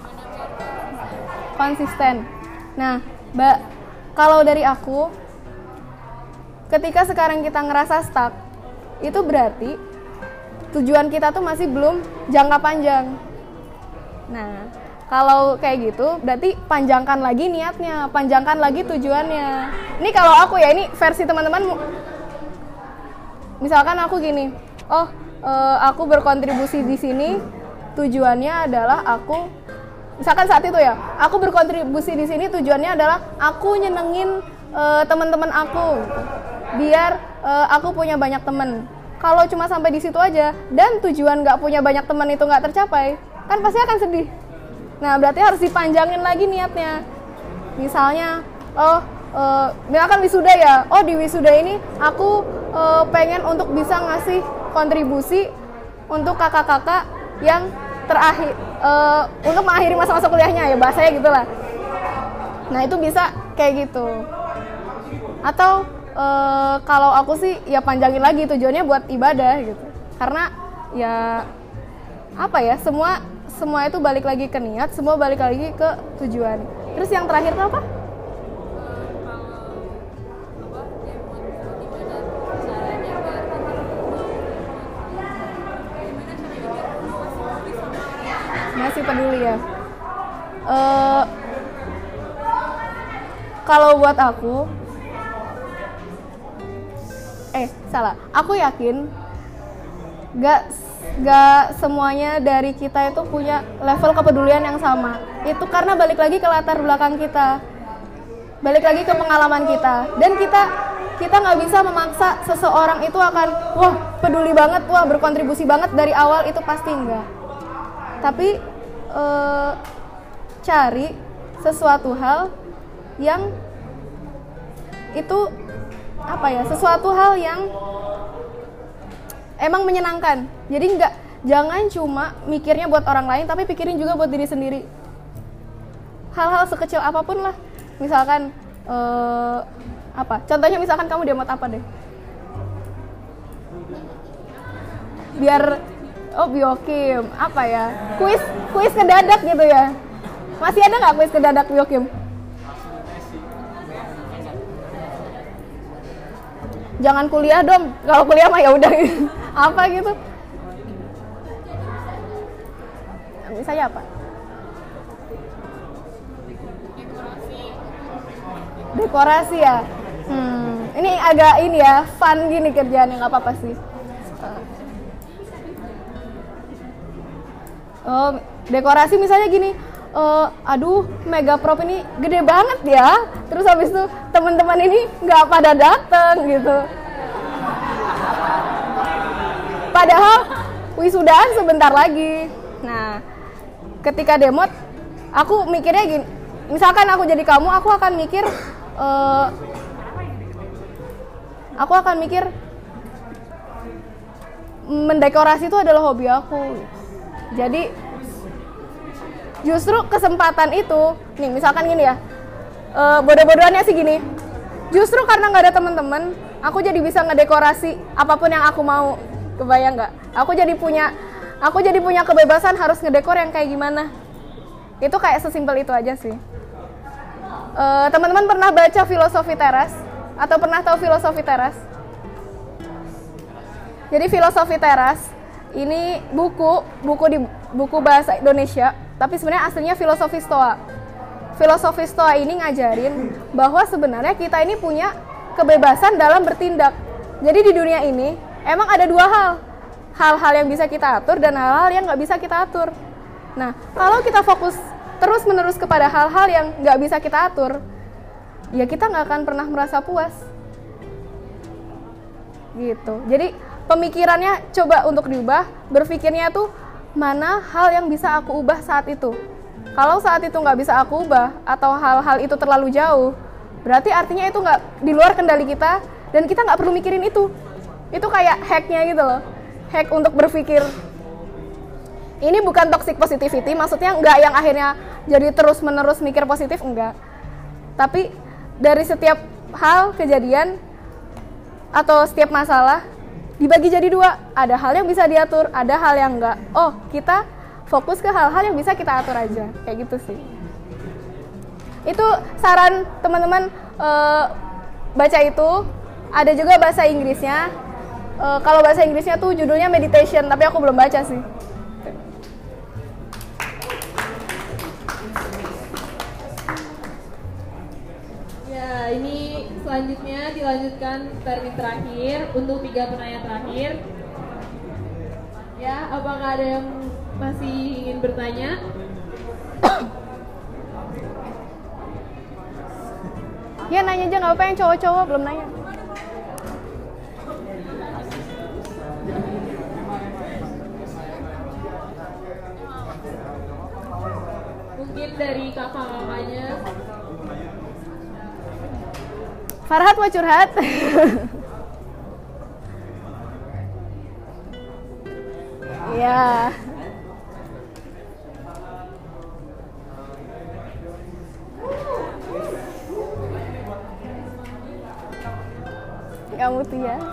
Konsisten. Nah, Mbak, kalau dari aku ketika sekarang kita ngerasa stuck, itu berarti tujuan kita tuh masih belum jangka panjang. Nah, kalau kayak gitu, berarti panjangkan lagi niatnya, panjangkan lagi tujuannya. Ini kalau aku ya, ini versi teman-teman. Misalkan aku gini, oh, uh, aku berkontribusi di sini, tujuannya adalah aku, misalkan saat itu ya, aku berkontribusi di sini tujuannya adalah aku nyenengin uh, teman-teman aku, biar uh, aku punya banyak teman. Kalau cuma sampai di situ aja, dan tujuan nggak punya banyak teman itu nggak tercapai, kan pasti akan sedih. Nah, berarti harus dipanjangin lagi niatnya. Misalnya, oh, uh, misalkan wisuda ya. Oh, di wisuda ini aku uh, pengen untuk bisa ngasih kontribusi untuk kakak-kakak yang terakhir, uh, untuk mengakhiri masa-masa kuliahnya ya, bahasanya gitulah. Nah, itu bisa kayak gitu. Atau uh, kalau aku sih ya panjangin lagi tujuannya buat ibadah gitu. Karena ya apa ya, semua semua itu balik lagi ke niat, semua balik lagi ke tujuan. Terus yang terakhir tuh apa? Masih peduli ya. Uh, kalau buat aku, eh salah. Aku yakin gak gak semuanya dari kita itu punya level kepedulian yang sama. Itu karena balik lagi ke latar belakang kita, balik lagi ke pengalaman kita, dan kita kita nggak bisa memaksa seseorang itu akan wah peduli banget, wah berkontribusi banget dari awal, itu pasti enggak. Tapi eh, cari sesuatu hal yang itu apa ya, sesuatu hal yang emang menyenangkan. Jadi nggak, jangan cuma mikirnya buat orang lain, tapi pikirin juga buat diri sendiri. Hal-hal sekecil apapun lah. Misalkan eh, apa? Contohnya misalkan kamu demot apa deh? Biar oh biokim apa ya? Kuis kuis kedadak gitu ya. Masih ada nggak kuis kedadak biokim? Jangan kuliah dong. Kalau kuliah mah ya udah apa gitu. Misalnya apa? Dekorasi. Dekorasi ya. Hmm, ini agak ini ya, fun gini kerjaannya, nggak apa-apa sih. Oh, dekorasi misalnya gini. Uh, aduh, Megaprop ini gede banget ya. Terus habis itu teman-teman ini nggak pada dateng gitu. Padahal wisudaan sebentar lagi. Nah, ketika demot, aku mikirnya gini. Misalkan aku jadi kamu, aku akan mikir uh, aku akan mikir mendekorasi itu adalah hobi aku. Jadi justru kesempatan itu, nih misalkan gini ya, e, bodoh-bodohannya sih gini, justru karena nggak ada teman-teman, aku jadi bisa ngedekorasi apapun yang aku mau. Kebayang nggak? Aku jadi punya, aku jadi punya kebebasan harus ngedekor yang kayak gimana. Itu kayak sesimpel itu aja sih. E, teman-teman pernah baca Filosofi Teras? Atau pernah tahu Filosofi Teras? Jadi Filosofi Teras ini buku, buku di buku bahasa Indonesia, tapi sebenarnya aslinya filosofi Stoa. Filosofi Stoa ini ngajarin bahwa sebenarnya kita ini punya kebebasan dalam bertindak. Jadi di dunia ini emang ada dua hal, hal-hal yang bisa kita atur dan hal-hal yang nggak bisa kita atur. Nah, kalau kita fokus terus-menerus kepada hal-hal yang nggak bisa kita atur, ya kita nggak akan pernah merasa puas. Gitu. Jadi pemikirannya coba untuk diubah, berpikirnya tuh mana hal yang bisa aku ubah saat itu. Kalau saat itu nggak bisa aku ubah atau hal-hal itu terlalu jauh, berarti artinya itu nggak di luar kendali kita dan kita nggak perlu mikirin itu. Itu kayak hacknya gitu loh, hack untuk berpikir. Ini bukan toxic positivity, maksudnya nggak yang akhirnya jadi terus-menerus mikir positif, enggak. Tapi dari setiap hal, kejadian, atau setiap masalah, dibagi jadi dua, ada hal yang bisa diatur, ada hal yang enggak. Oh, kita fokus ke hal-hal yang bisa kita atur aja, kayak gitu sih. Itu saran teman-teman e, baca itu. Ada juga bahasa Inggrisnya. E, kalau bahasa Inggrisnya tuh judulnya meditation, tapi aku belum baca sih. Ya, ini selanjutnya dilanjutkan termin terakhir untuk tiga penanya terakhir. Ya, apakah ada yang masih ingin bertanya? Ya nanya aja, nggak apa-apa, yang cowok-cowok belum nanya. Mungkin dari kakak-kakaknya. Farhat mau curhat? Ya. Kamu tuh ya.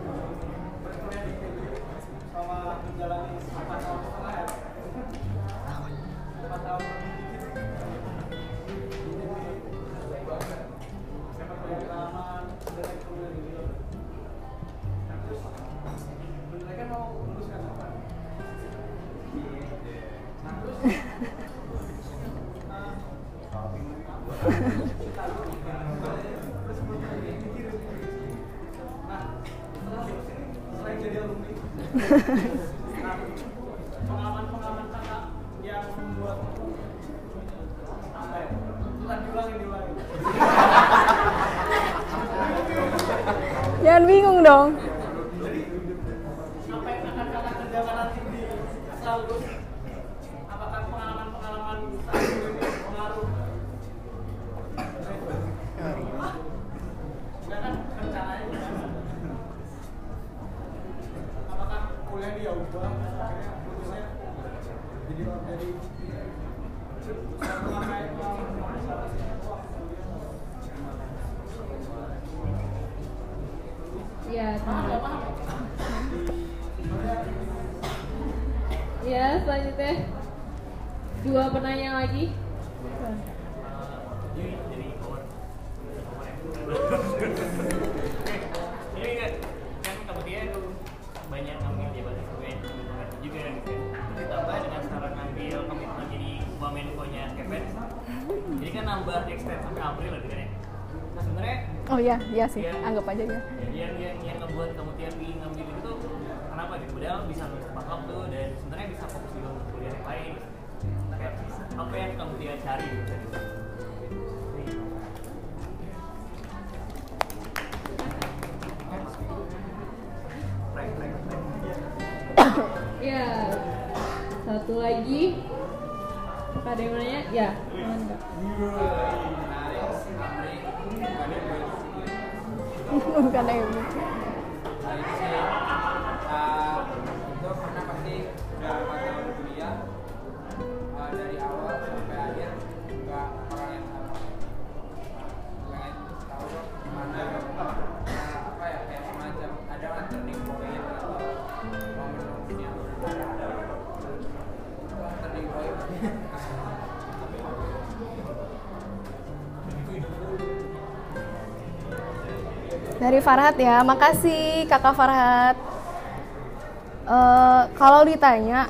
Pengalaman-pengalaman kakak yang membuat apa ya? Diulangi, diulangi. Jangan bingung dong. Apa yang akan kakak kerjakan nanti di Salus? Apakah pengalaman-pengalaman saat ini pengaruh? Enggak kan rencananya gimana? Apakah kuliah dia ubah akhirnya putusnya jadi jadi Ya, ya, selanjutnya dua penanya lagi. Ini kan kan kemudian banyak ngambil jabatan kemudian juga gitu. Ditambah dengan sekarang ngambil komitmen jadi Wamenkonya Kepet. Jadi kan nambah extend sampai April lah gitu kan ya. Nah sebenarnya Oh iya, iya sih. ya, Anggap aja ya. Yang yang yang ngebuat kemudian ingin ngambil itu tuh kenapa gitu? Padahal bisa nulis backup tuh dan sebenarnya bisa fokus juga untuk kuliah yang lain. Kayak apa yang kemudian cari gitu. Ya, satu lagi. Apakah ada yang mau nanya? Ya, mantap. bukan Emi. Nah itu sih, uh, itu karena pasti udah empat tahun kuliah, uh, dari awal sampai akhir nggak orang yang sama. Pengen tahu gimana, uh, apa ya, kayak semacam ada kan turning point atau momen-momen yang benar-benar turning point. Dari Farhat ya, makasih kakak Farhat. Uh, kalau ditanya,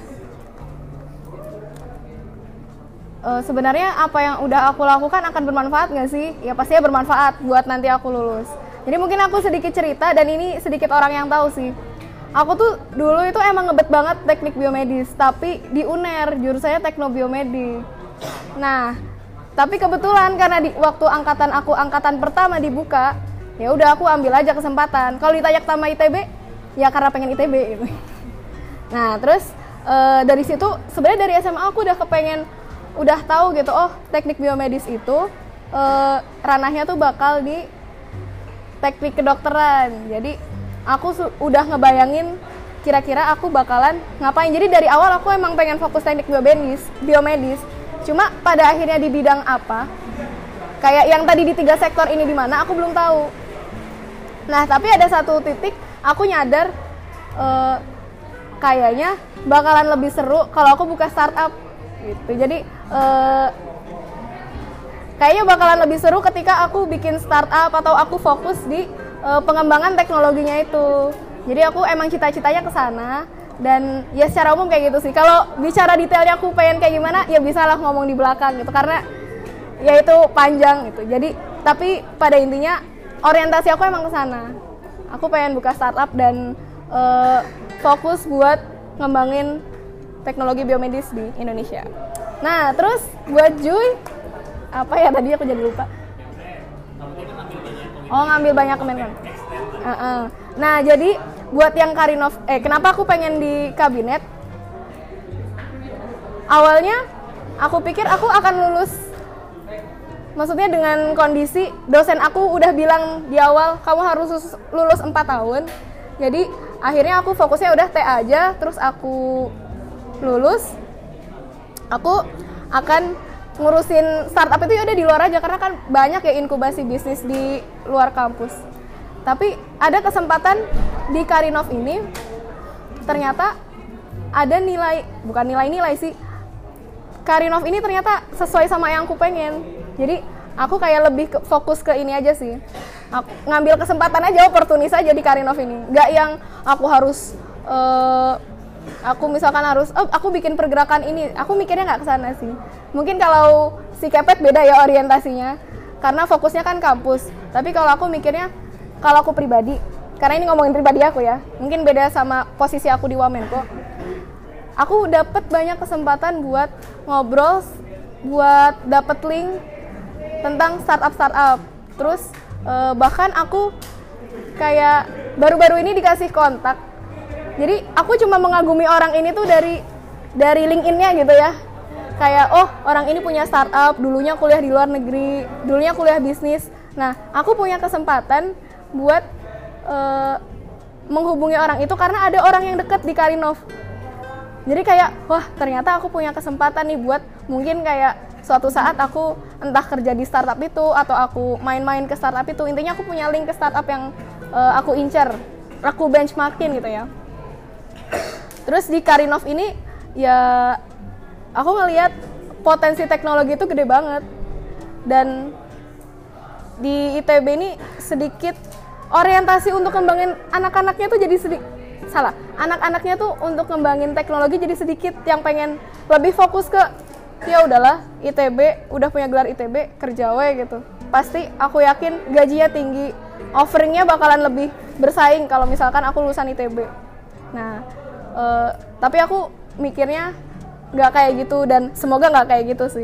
uh, sebenarnya apa yang udah aku lakukan akan bermanfaat nggak sih? Ya pastinya bermanfaat buat nanti aku lulus. Jadi mungkin aku sedikit cerita dan ini sedikit orang yang tahu sih. Aku tuh dulu itu emang ngebet banget teknik biomedis, tapi di U N E R jurusannya teknobiomedi. Nah, tapi kebetulan karena di waktu angkatan aku angkatan pertama dibuka, ya udah aku ambil aja kesempatan. Kalau ditanya sama I T B, ya karena pengen I T B gitu. Nah terus e, dari situ sebenarnya dari S M A aku udah kepengen, udah tahu gitu, oh teknik biomedis itu e, ranahnya tuh bakal di teknik kedokteran. Jadi aku su- udah ngebayangin kira-kira aku bakalan ngapain. Jadi dari awal aku emang pengen fokus teknik biomedis, biomedis. Cuma pada akhirnya di bidang apa? Kayak yang tadi di tiga sektor ini di mana aku belum tahu. Nah, tapi ada satu titik aku nyadar uh, kayaknya bakalan lebih seru kalau aku buka startup gitu. Jadi uh, kayaknya bakalan lebih seru ketika aku bikin startup atau aku fokus di uh, pengembangan teknologinya itu. Jadi aku emang cita-citanya ke sana dan ya secara umum kayak gitu sih. Kalau bicara detailnya aku pengen kayak gimana, ya bisalah ngomong di belakang gitu karena ya itu panjang gitu. Jadi tapi pada intinya orientasi aku emang ke sana. Aku pengen buka startup dan uh, fokus buat ngembangin teknologi biomedis di Indonesia. Nah, terus buat Juy, apa ya tadi aku jadi lupa. Oh, ngambil banyak kementerian. Uh-uh. Nah, jadi buat yang Karinov, eh kenapa aku pengen di kabinet? Awalnya aku pikir aku akan lulus. Maksudnya dengan kondisi dosen aku udah bilang di awal kamu harus lulus empat tahun. Jadi akhirnya aku fokusnya udah T A aja, terus aku lulus. Aku akan ngurusin startup itu ya udah di luar aja karena kan banyak ya inkubasi bisnis di luar kampus. Tapi ada kesempatan di Karinov ini ternyata ada nilai, bukan nilai-nilai sih. Karinov ini ternyata sesuai sama yang aku pengen. Jadi aku kayak lebih ke, fokus ke ini aja sih. Aku ngambil kesempatan aja, oportunis aja di Karinov ini. Nggak yang aku harus, uh, aku misalkan harus, oh aku bikin pergerakan ini. Aku mikirnya nggak kesana sih. Mungkin kalau si Kepet beda ya orientasinya. Karena fokusnya kan kampus. Tapi kalau aku mikirnya, kalau aku pribadi, karena ini ngomongin pribadi aku ya. Mungkin beda sama posisi aku di Wamenko. Aku dapet banyak kesempatan buat ngobrol, buat dapet link tentang startup-startup. Terus eh, bahkan aku kayak baru-baru ini dikasih kontak. Jadi aku cuma mengagumi orang ini tuh dari dari LinkedIn-nya gitu ya. Kayak oh orang ini punya startup, dulunya kuliah di luar negeri, dulunya kuliah bisnis. Nah aku punya kesempatan buat eh, menghubungi orang itu karena ada orang yang deket di Karinov. Jadi kayak, wah ternyata aku punya kesempatan nih buat mungkin kayak suatu saat aku entah kerja di startup itu atau aku main-main ke startup itu. Intinya aku punya link ke startup yang uh, aku incer, aku benchmarkin gitu ya. Terus di Karinov ini ya aku ngelihat potensi teknologi itu gede banget. Dan di I T B ini sedikit orientasi untuk kembangin anak-anaknya tuh jadi sedikit salah. Anak-anaknya tuh untuk ngembangin teknologi jadi sedikit yang pengen lebih fokus ke ya udahlah I T B, udah punya gelar I T B, kerja we gitu. Pasti aku yakin gajinya tinggi, offeringnya bakalan lebih bersaing kalau misalkan aku lulusan I T B. Nah, uh, tapi aku mikirnya nggak kayak gitu dan semoga nggak kayak gitu sih.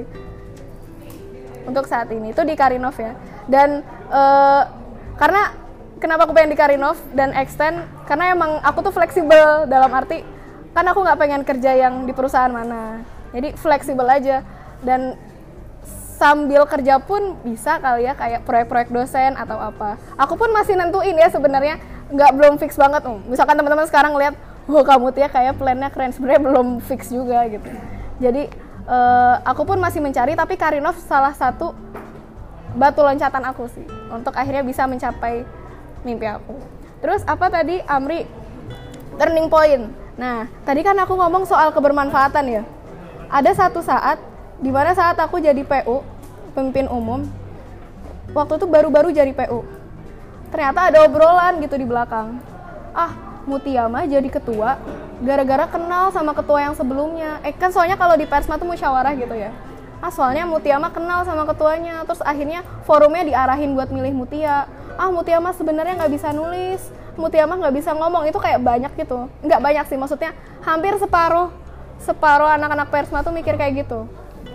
Untuk saat ini itu di Karinov ya. Dan uh, karena kenapa aku pengen di Karinov dan extend? Karena emang aku tuh fleksibel dalam arti kan aku nggak pengen kerja yang di perusahaan mana. Jadi fleksibel aja dan sambil kerja pun bisa kali ya, kayak proyek-proyek dosen atau apa. Aku pun masih nentuin ya sebenarnya, nggak belum fix banget. Um, misalkan teman-teman sekarang lihat, wah kamu tuh ya kayak plannya keren, sebenarnya belum fix juga gitu. Jadi uh, aku pun masih mencari, tapi Karinov salah satu batu loncatan aku sih untuk akhirnya bisa mencapai mimpi aku. Terus apa tadi Amri, turning point. Nah tadi kan aku ngomong soal kebermanfaatan ya. Ada satu saat di mana saat aku jadi P U, pemimpin umum, waktu itu baru-baru jadi P U, ternyata ada obrolan gitu di belakang. Ah, Mutia mah jadi ketua gara-gara kenal sama ketua yang sebelumnya. Eh kan soalnya kalau di Persma tuh musyawarah gitu ya. Ah soalnya Mutia mah kenal sama ketuanya, terus akhirnya forumnya diarahin buat milih Mutia. Ah Mutia mah sebenarnya nggak bisa nulis, Mutia mah nggak bisa ngomong, itu kayak banyak gitu. Nggak banyak sih, maksudnya hampir separuh separuh anak-anak Persma tuh mikir kayak gitu.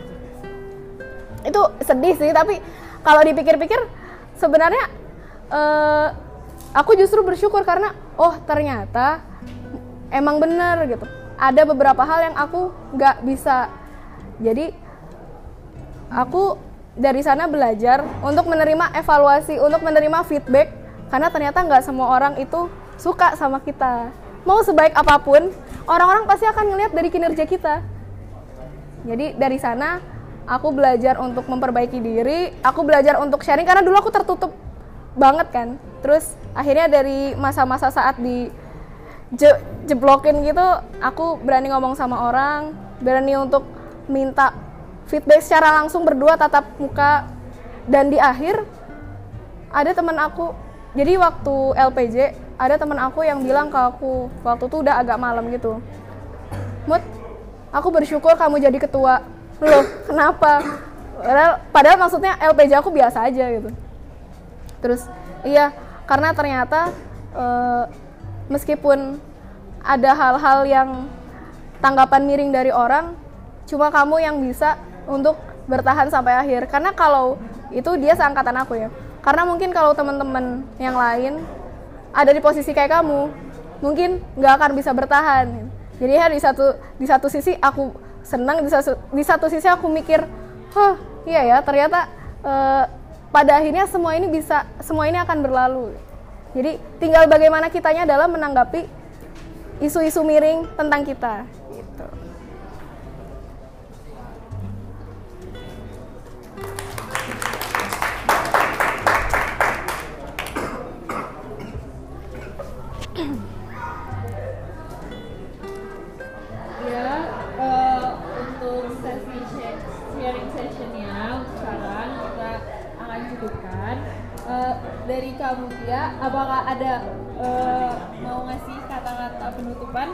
Itu sedih sih, tapi kalau dipikir-pikir sebenarnya eh, aku justru bersyukur karena oh ternyata emang bener gitu. Ada beberapa hal yang aku nggak bisa. Jadi aku dari sana belajar untuk menerima evaluasi, untuk menerima feedback, karena ternyata nggak semua orang itu suka sama kita. Mau sebaik apapun, orang-orang pasti akan ngelihat dari kinerja kita. Jadi dari sana aku belajar untuk memperbaiki diri, aku belajar untuk sharing karena dulu aku tertutup banget kan. Terus akhirnya dari masa-masa saat di je, jeblokin gitu, aku berani ngomong sama orang, berani untuk minta feedback secara langsung berdua tatap muka. Dan di akhir ada teman aku, jadi waktu L P J ada teman aku yang bilang ke aku, waktu itu udah agak malam gitu, Mut, aku bersyukur kamu jadi ketua. Loh, kenapa? Padahal, padahal maksudnya L P J aku biasa aja gitu. Terus, iya, karena ternyata e, meskipun ada hal-hal yang tanggapan miring dari orang, cuma kamu yang bisa untuk bertahan sampai akhir. Karena kalau itu dia seangkatan aku ya. Karena mungkin kalau teman-teman yang lain ada di posisi kayak kamu, mungkin nggak akan bisa bertahan. Jadi ya di satu di satu sisi aku senang, di satu, di satu sisi aku mikir, hah iya ya ternyata eh, pada akhirnya semua ini bisa, semua ini akan berlalu. Jadi tinggal bagaimana kitanya dalam menanggapi isu-isu miring tentang kita gitu. Ya, uh, untuk sesi sharing sessionnya sekarang kita akan cukupkan. Uh, dari kamu Tia, apakah ada uh, mau ngasih kata-kata penutupan?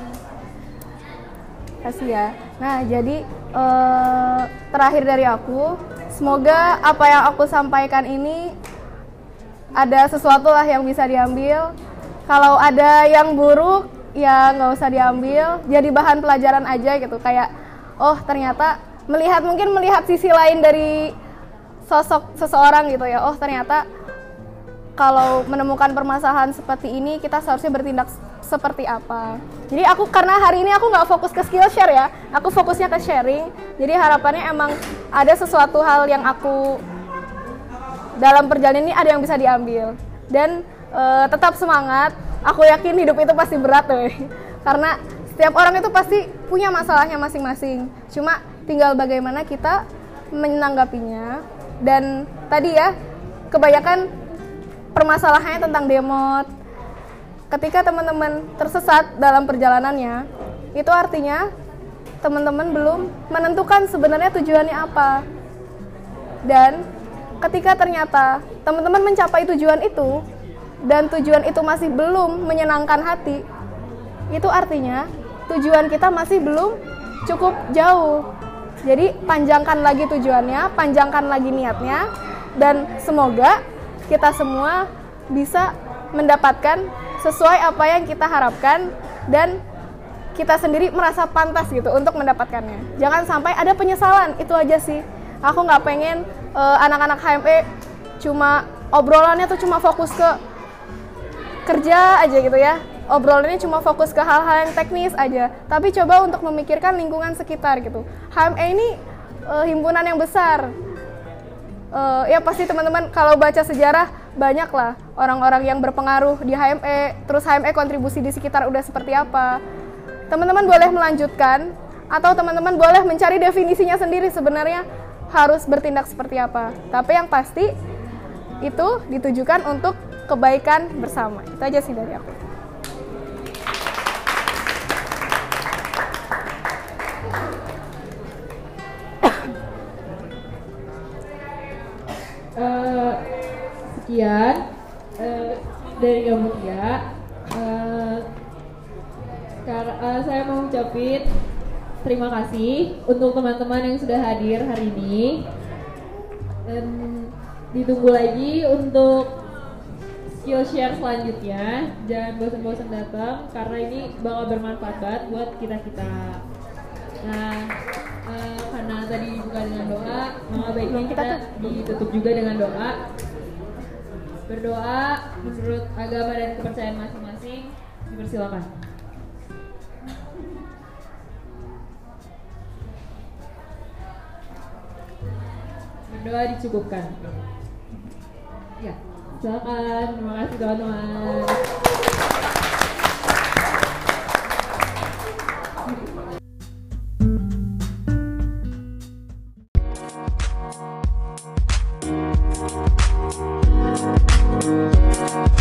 Kasih ya. Nah jadi uh, terakhir dari aku, semoga apa yang aku sampaikan ini ada sesuatu lah yang bisa diambil. Kalau ada yang buruk ya nggak usah diambil, jadi bahan pelajaran aja gitu. Kayak oh ternyata melihat mungkin melihat sisi lain dari sosok seseorang gitu ya. Oh ternyata kalau menemukan permasalahan seperti ini kita seharusnya bertindak seperti apa. Jadi aku karena hari ini aku nggak fokus ke Skillshare ya, aku fokusnya ke sharing. Jadi harapannya emang ada sesuatu hal yang aku dalam perjalanan ini ada yang bisa diambil. Dan uh, tetap semangat. Aku yakin hidup itu pasti berat loh. Karena setiap orang itu pasti punya masalahnya masing-masing. Cuma tinggal bagaimana kita menanggapinya. Dan tadi ya, kebanyakan permasalahannya tentang demot. Ketika teman-teman tersesat dalam perjalanannya, itu artinya teman-teman belum menentukan sebenarnya tujuannya apa. Dan ketika ternyata teman-teman mencapai tujuan itu, dan tujuan itu masih belum menyenangkan hati, itu artinya tujuan kita masih belum cukup jauh. Jadi panjangkan lagi tujuannya, panjangkan lagi niatnya, dan semoga kita semua bisa mendapatkan sesuai apa yang kita harapkan dan kita sendiri merasa pantas gitu untuk mendapatkannya. Jangan sampai ada penyesalan, itu aja sih. Aku nggak pengen uh, anak-anak H M E cuma obrolannya tuh cuma fokus ke kerja aja gitu ya. Obrolannya cuma fokus ke hal-hal yang teknis aja. Tapi coba untuk memikirkan lingkungan sekitar gitu. H M E ini uh, himpunan yang besar. uh, ya pasti teman-teman kalau baca sejarah banyak lah orang-orang yang berpengaruh di H M E, terus H M E kontribusi di sekitar udah seperti apa. Teman-teman boleh melanjutkan atau teman-teman boleh mencari definisinya sendiri sebenarnya harus bertindak seperti apa. Tapi yang pasti itu ditujukan untuk kebaikan bersama. Itu aja sih dari aku. Uh, sekian uh, dari kamu ya. Uh, kar- uh, saya mau ucapin terima kasih untuk teman-teman yang sudah hadir hari ini. Dan ditunggu lagi untuk skill share selanjutnya. Jangan bosan-bosan datang karena ini bakal bermanfaat banget buat kita-kita. Nah, uh, karena tadi dibuka dengan doa, maka baiknya kita ditutup juga dengan doa. Berdoa menurut agama dan kepercayaan masing-masing. Dipersilakan. Berdoa dicukupkan. Ya, silakan. Terima kasih teman-teman.